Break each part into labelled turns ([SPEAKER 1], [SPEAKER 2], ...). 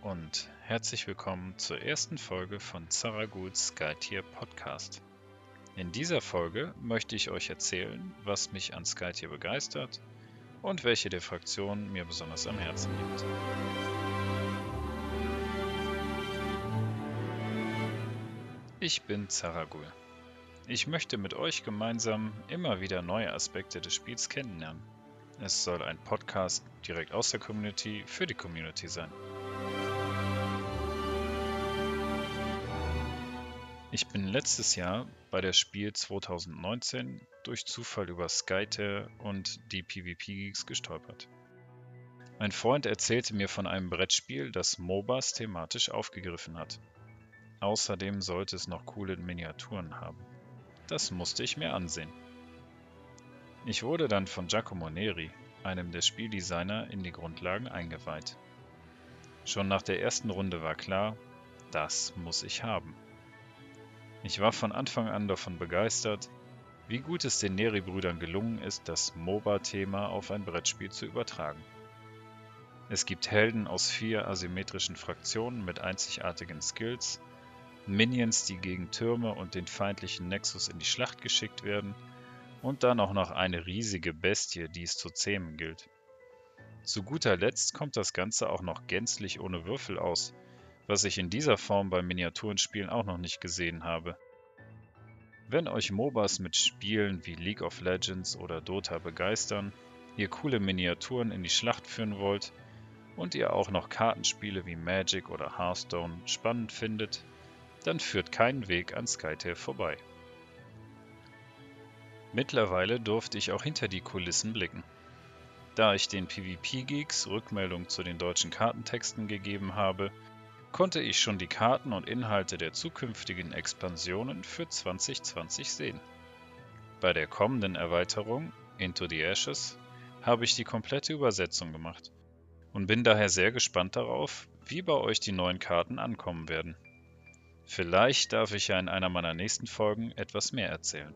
[SPEAKER 1] und herzlich willkommen zur ersten Folge von Zaraguls Skytier Podcast. In dieser Folge möchte ich euch erzählen, was mich an Skytier begeistert und welche der Fraktionen mir besonders am Herzen liegt. Ich bin Zaragul. Ich möchte mit euch gemeinsam immer wieder neue Aspekte des Spiels kennenlernen. Es soll ein Podcast direkt aus der Community für die Community sein. Ich bin letztes Jahr bei der Spiel 2019 durch Zufall über Skytier und die PvP-Geeks gestolpert. Ein Freund erzählte mir von einem Brettspiel, das MOBAs thematisch aufgegriffen hat. Außerdem sollte es noch coole Miniaturen haben. Das musste ich mir ansehen. Ich wurde dann von Giacomo Neri, einem der Spieldesigner, in die Grundlagen eingeweiht. Schon nach der ersten Runde war klar, das muss ich haben. Ich war von Anfang an davon begeistert, wie gut es den Neri-Brüdern gelungen ist, das MOBA-Thema auf ein Brettspiel zu übertragen. Es gibt Helden aus 4 asymmetrischen Fraktionen mit einzigartigen Skills, Minions, die gegen Türme und den feindlichen Nexus in die Schlacht geschickt werden, und dann auch noch eine riesige Bestie, die es zu zähmen gilt. Zu guter Letzt kommt das Ganze auch noch gänzlich ohne Würfel aus, was ich in dieser Form bei Miniaturenspielen auch noch nicht gesehen habe. Wenn euch MOBAs mit Spielen wie League of Legends oder Dota begeistern, ihr coole Miniaturen in die Schlacht führen wollt und ihr auch noch Kartenspiele wie Magic oder Hearthstone spannend findet, dann führt kein Weg an Skytier vorbei. Mittlerweile durfte ich auch hinter die Kulissen blicken. Da ich den PvP-Geeks Rückmeldung zu den deutschen Kartentexten gegeben habe, konnte ich schon die Karten und Inhalte der zukünftigen Expansionen für 2020 sehen. Bei der kommenden Erweiterung, Into the Ashes, habe ich die komplette Übersetzung gemacht und bin daher sehr gespannt darauf, wie bei euch die neuen Karten ankommen werden. Vielleicht darf ich ja in einer meiner nächsten Folgen etwas mehr erzählen.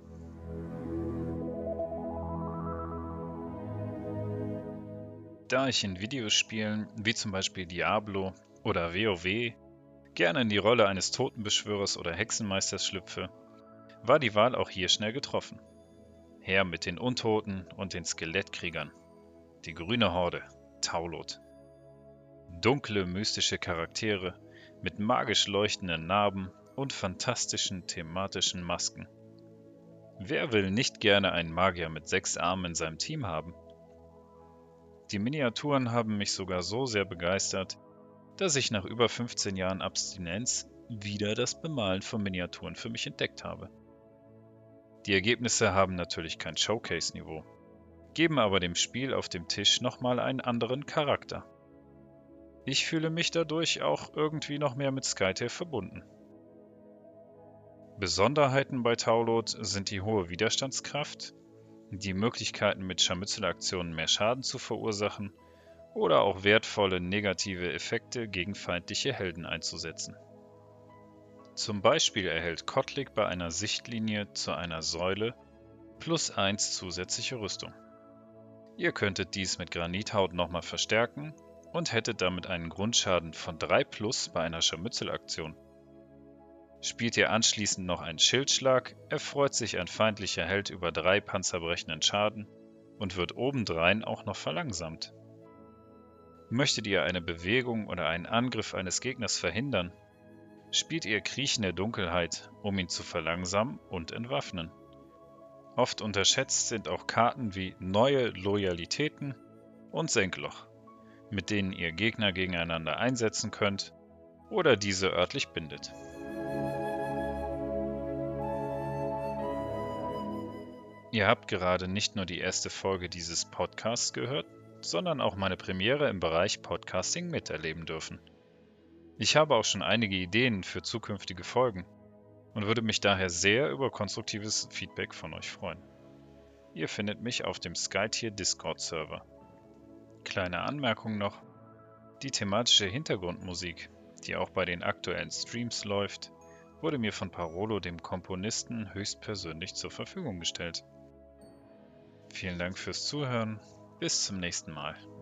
[SPEAKER 1] Da ich in Videospielen wie zum Beispiel Diablo oder WoW gerne in die Rolle eines Totenbeschwörers oder Hexenmeisters schlüpfe, war die Wahl auch hier schnell getroffen. Her mit den Untoten und den Skelettkriegern. Die grüne Horde, Taulot. Dunkle, mystische Charaktere mit magisch leuchtenden Narben und fantastischen thematischen Masken. Wer will nicht gerne einen Magier mit 6 Armen in seinem Team haben? Die Miniaturen haben mich sogar so sehr begeistert, dass ich nach über 15 Jahren Abstinenz wieder das Bemalen von Miniaturen für mich entdeckt habe. Die Ergebnisse haben natürlich kein Showcase-Niveau, geben aber dem Spiel auf dem Tisch nochmal einen anderen Charakter. Ich fühle mich dadurch auch irgendwie noch mehr mit Skytier verbunden. Besonderheiten bei Taulot sind die hohe Widerstandskraft, die Möglichkeiten mit Scharmützelaktionen mehr Schaden zu verursachen oder auch wertvolle negative Effekte gegen feindliche Helden einzusetzen. Zum Beispiel erhält Kotlik bei einer Sichtlinie zu einer Säule +1 zusätzliche Rüstung. Ihr könntet dies mit Granithaut nochmal verstärken und hättet damit einen Grundschaden von 3+ bei einer Scharmützelaktion. Spielt ihr anschließend noch einen Schildschlag, erfreut sich ein feindlicher Held über 3 panzerbrechenden Schaden und wird obendrein auch noch verlangsamt. Möchtet ihr eine Bewegung oder einen Angriff eines Gegners verhindern, spielt ihr Kriechen der Dunkelheit, um ihn zu verlangsamen und entwaffnen. Oft unterschätzt sind auch Karten wie Neue Loyalitäten und Senkloch, mit denen ihr Gegner gegeneinander einsetzen könnt oder diese örtlich bindet. Ihr habt gerade nicht nur die erste Folge dieses Podcasts gehört, sondern auch meine Premiere im Bereich Podcasting miterleben dürfen. Ich habe auch schon einige Ideen für zukünftige Folgen und würde mich daher sehr über konstruktives Feedback von euch freuen. Ihr findet mich auf dem Skytier Discord-Server. Kleine Anmerkung noch: Die thematische Hintergrundmusik, die auch bei den aktuellen Streams läuft, wurde mir von Parolo, dem Komponisten, höchstpersönlich zur Verfügung gestellt. Vielen Dank fürs Zuhören. Bis zum nächsten Mal.